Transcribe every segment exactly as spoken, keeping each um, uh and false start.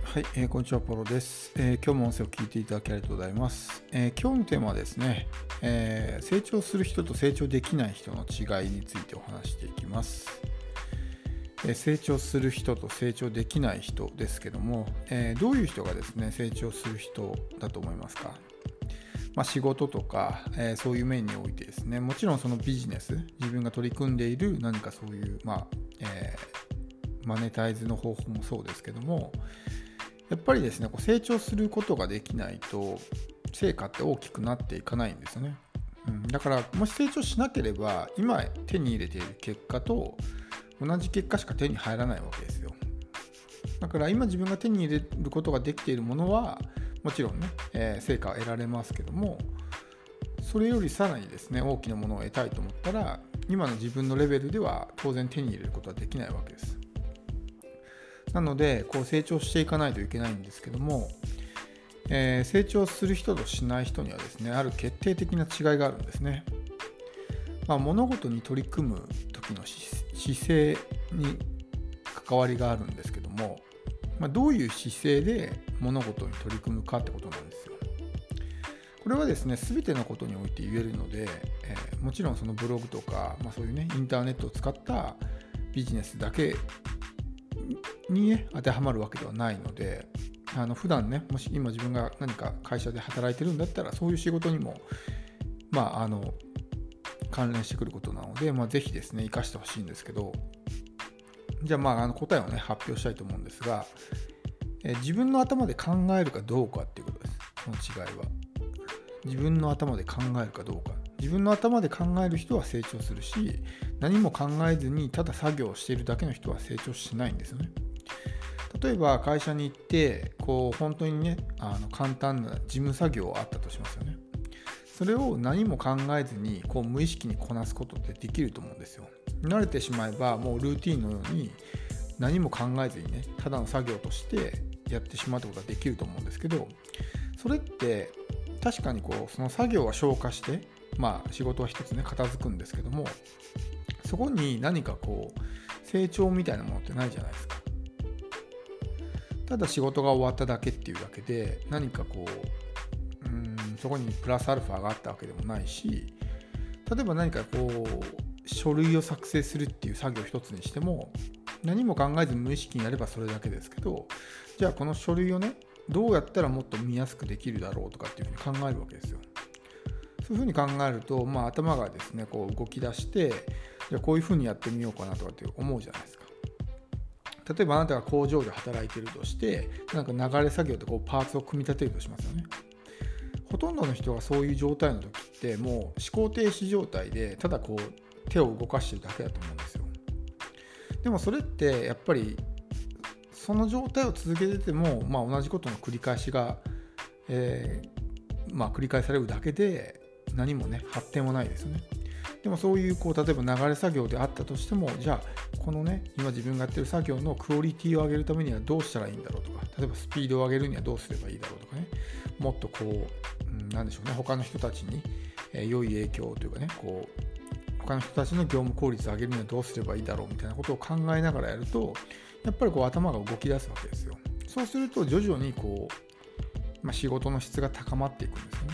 はい、えーこんにちは、ポロです、えー今日も音声を聞いていただきありがとうございます。えー今日のテーマはですね、えー成長する人と成長できない人の違いについてお話していきます。えー成長する人と成長できない人ですけども、えーどういう人がですね、成長する人だと思いますか？まあ、仕事とか、えーそういう面においてですね、もちろんそのビジネス、自分が取り組んでいる何かそういう、まあえーマネタイズの方法もそうですけども、やっぱりですね、こう成長することができないと成果って大きくなっていかないんですよね。うん、だからもし成長しなければ今手に入れている結果と同じ結果しか手に入らないわけですよ。だから今自分が手に入れることができているものはもちろんね、えー成果は得られますけども、それよりさらにですね大きなものを得たいと思ったら今の自分のレベルでは当然手に入れることはできないわけです。なのでこう成長していかないといけないんですけども、えー成長する人としない人にはですねある決定的な違いがあるんですね。まあ、物事に取り組む時のし姿勢に関わりがあるんですけども、まあ、どういう姿勢で物事に取り組むかってことなんですよ。これはですね全てのことにおいて言えるので、えーもちろんそのブログとか、まあ、そういうねインターネットを使ったビジネスだけに、ね、当てはまるわけではないので、あの普段ねもし今自分が何か会社で働いてるんだったらそういう仕事にもまああの関連してくることなので、まあ、ぜひですね活かしてほしいんですけど、じゃあまああの答えをね発表したいと思うんですが、え自分の頭で考えるかどうかっていうことです。その違いは自分の頭で考えるかどうか。自分の頭で考える人は成長するし、何も考えずにただ作業をしているだけの人は成長しないんですよね。例えば会社に行ってこう本当にねあの簡単な事務作業あったとしますよね。それを何も考えずにこう無意識にこなすことってできると思うんですよ。慣れてしまえばもうルーティンのように何も考えずにねただの作業としてやってしまうってことができると思うんですけど、それって確かにこうその作業は消化してまあ仕事は一つね片付くんですけども、そこに何かこう成長みたいなものってないじゃないですか。ただ仕事が終わっただけっていうだけで何かこう、うーんそこにプラスアルファがあったわけでもないし、例えば何かこう書類を作成するっていう作業一つにしても何も考えず無意識にやればそれだけですけど、じゃあこの書類をねどうやったらもっと見やすくできるだろうとかっていうふうに考えるわけですよ。そういうふうに考えると、まあ、頭がですねこう動き出して、じゃあこういうふうにやってみようかなとかって思うじゃないですか。例えばあなたが工場で働いているとして、なんか流れ作業でこうパーツを組み立てるとしますよね。ほとんどの人がそういう状態の時ってもう思考停止状態でただこう手を動かしてるだけだと思うんですよ。でもそれってやっぱりその状態を続けてても、まあ、同じことの繰り返しが、えーまあ、繰り返されるだけで何もね発展はないですよね。でもそういうこう例えば流れ作業であったとしても、じゃあこのね今自分がやってる作業のクオリティを上げるためにはどうしたらいいんだろうとか、例えばスピードを上げるにはどうすればいいだろうとかね、もっとこう、うん、なんでしょうね、他の人たちに、えー良い影響というかね、こう他の人たちの業務効率を上げるにはどうすればいいだろうみたいなことを考えながらやると、やっぱりこう頭が動き出すわけですよ。そうすると徐々にこう、まあ、仕事の質が高まっていくんですよね。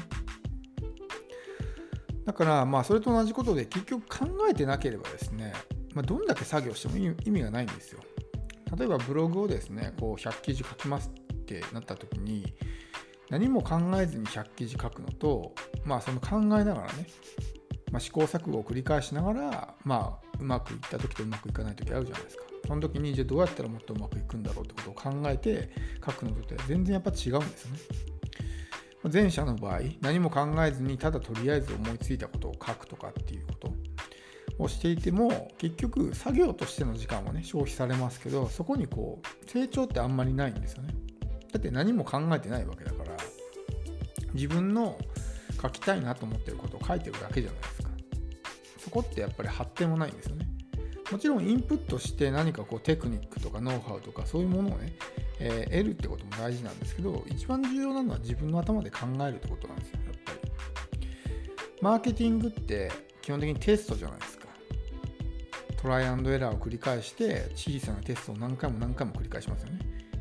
だからまあそれと同じことで結局考えてなければですね、まあ、どんだけ作業しても意味がないんですよ。例えばブログをですねこうひゃく記事書きますってなった時に何も考えずにひゃく記事書くのと、まあその考えながらね、まあ、試行錯誤を繰り返しながら、まあ、うまくいった時とうまくいかない時あるじゃないですか。その時にじゃあどうやったらもっとうまくいくんだろうってことを考えて書くのとって全然やっぱ違うんですよね。前者の場合何も考えずにただとりあえず思いついたことを書くとかっていうことをしていても結局作業としての時間はね消費されますけど、そこにこう成長ってあんまりないんですよね。だって何も考えてないわけだから自分の書きたいなと思ってることを書いてるだけじゃないですか。そこってやっぱり発展もないんですよね。もちろんインプットして何かこうテクニックとかノウハウとかそういうものをね、えー、得るってことも大事なんですけど、一番重要なのは自分の頭で考えるってことなんですよ。やっぱりマーケティングって基本的にテストじゃないですか。トライアンドエラーを繰り返して小さなテストを何回も何回も繰り返しますよね。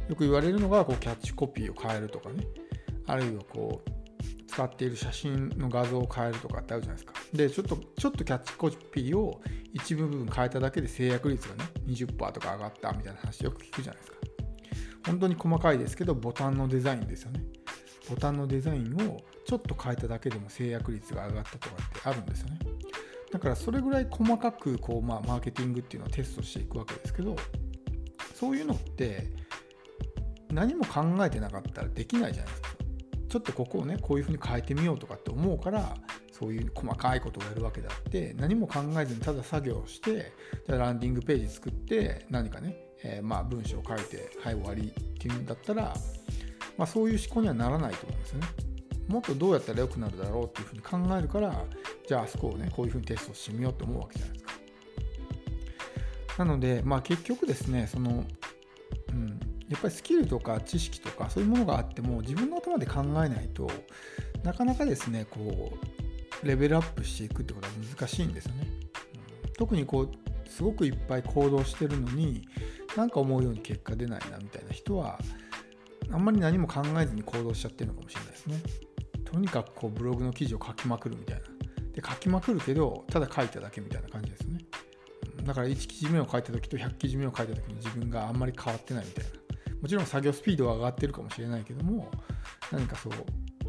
よく言われるのがこうキャッチコピーを変えるとかね、あるいはこう使っている写真の画像を変えるとかってあるじゃないですか。でちょっとちょっとキャッチコピーを一部分変えただけで制約率がね にじゅっパーセント とか上がったみたいな話よく聞くじゃないですか。本当に細かいですけど、ボタンのデザインですよね。ボタンのデザインをちょっと変えただけでも制約率が上がったとかってあるんですよね。だからそれぐらい細かくこう、まあ、マーケティングっていうのをテストしていくわけですけど、そういうのって何も考えてなかったらできないじゃないですか。ちょっとここをねこういうふうに変えてみようとかって思うから、そういう細かいことをやるわけであって、何も考えずにただ作業して、じゃあランディングページ作って何かね、えー、まあ文章を書いてはい終わりっていうんだったら、まあ、そういう思考にはならないと思うんですよね。もっとどうやったら良くなるだろうっていうふうに考えるから、じゃああそこをねこういうふうにテストしてみようと思うわけじゃないですか。なので、まあ、結局ですね、その、うん、やっぱりスキルとか知識とかそういうものがあっても自分の頭で考えないとなかなかですねこうレベルアップしていくってことは難しいんですよね。うん、特にこうすごくいっぱい行動してるのになんか思うように結果出ないなみたいな人はあんまり何も考えずに行動しちゃってるのかもしれないですね。とにかくこうブログの記事を書きまくるみたいな。で書きまくるけどただ書いただけみたいな感じですね。だからいち記事目を書いた時とひゃく記事目を書いた時に自分があんまり変わってないみたいな。もちろん作業スピードは上がってるかもしれないけども、何かそうあ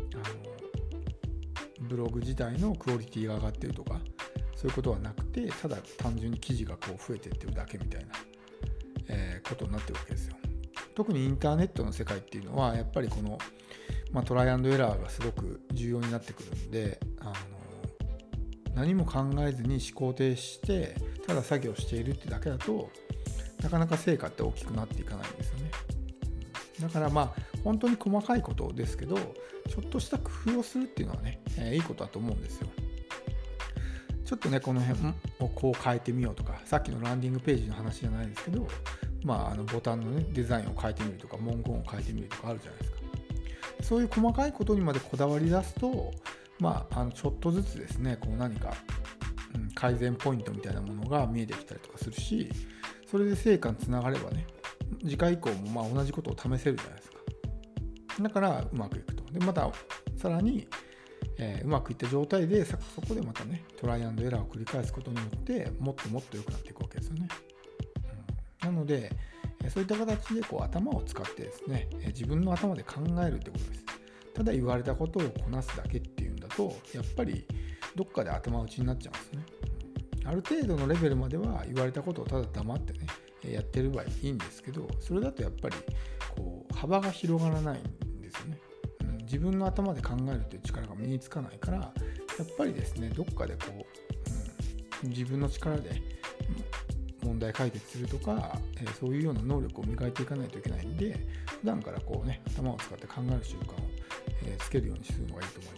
のブログ自体のクオリティが上がってるとかそういうことはなくて、ただ単純に記事がこう増えていってるだけみたいな、えー、ことになってるわけですよ。特にインターネットの世界っていうのはやっぱりこの、まあ、トライアンドエラーがすごく重要になってくるんで、あの何も考えずに思考停止してただ作業しているってだけだとなかなか成果って大きくなっていかないんですよね。だからまあ本当に細かいことですけど、ちょっとした工夫をするっていうのはね、えー、いいことだと思うんですよ。ちょっとねこの辺をこう変えてみようとか、さっきのランディングページの話じゃないですけど、まあ、あのボタンの、ね、デザインを変えてみるとか文言を変えてみるとかあるじゃないですか。そういう細かいことにまでこだわり出すと、まあ、あのちょっとずつですねこう何か、うん、改善ポイントみたいなものが見えてきたりとかするし、それで成果につながればね次回以降もまあ同じことを試せるじゃないですか。だからうまくいくと。でまたさらに、えー、うまくいった状態でそこでまたねトライアンドエラーを繰り返すことによってもっともっと良くなっていくわけですよね。うん、なのでそういった形でこう頭を使ってですね自分の頭で考えるってことです。ただ言われたことをこなすだけっていうんだとやっぱりどっかで頭打ちになっちゃうんですね。ある程度のレベルまでは言われたことをただ黙ってねやってればいいんですけど、それだとやっぱりこう幅が広がらないんですよね。うん、自分の頭で考えるという力が身につかないから、やっぱりですねどっかでこう、うん、自分の力で問題解決するとか、えー、そういうような能力を磨いていかないといけないんで、普段からこうね頭を使って考える習慣を、えー、つけるようにするのがいいと思います。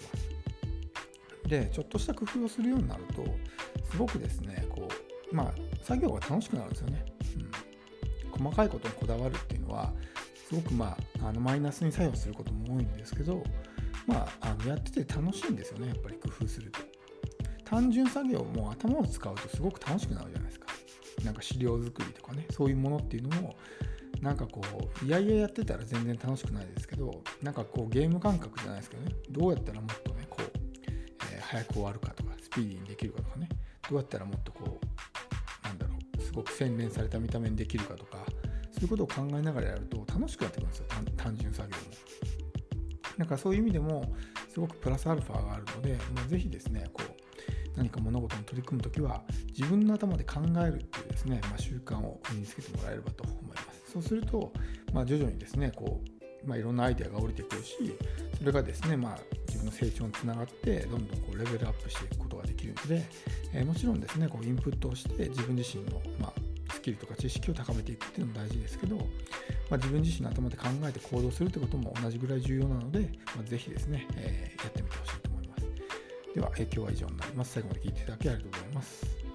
でちょっとした工夫をするようになるとすごくですねこうまあ作業が楽しくなるんですよね。うん、細かいことにこだわるっていうのはすごくまああのマイナスに作用することも多いんですけど、まあ、あのやってて楽しいんですよね。やっぱり工夫すると単純作業も頭を使うとすごく楽しくなるじゃないですか。なんか資料作りとかねそういうものっていうのもなんかこういやいややってたら全然楽しくないですけど、なんかこうゲーム感覚じゃないですけどね、どうやったらもっとねこう、えー、早く終わるかとかスピーディーにできるかとかね、どうやったらもっとこうなんだろうすごく洗練された見た目にできるかとか、そういうことを考えながらやると楽しくなってくるんですよ。単純作業も。だからそういう意味でもすごくプラスアルファがあるので、まあ、ぜひですねこう何か物事に取り組むときは自分の頭で考えるっていうですね、まあ、習慣を身につけてもらえればと思います。そうすると、まあ、徐々にですねこう、まあ、いろんなアイデアが降りてくるし、それがですね、まあ、自分の成長につながってどんどんこうレベルアップしていくことができるので、えー、もちろんですねこうインプットをして自分自身の、まあ、スキルとか知識を高めていくっていうのも大事ですけど、まあ、自分自身の頭で考えて行動するってことも同じぐらい重要なので、まあ、ぜひですね、えー、やってみてほしいと思います。では、えー、今日は以上になります。最後まで聞いていただきありがとうございます。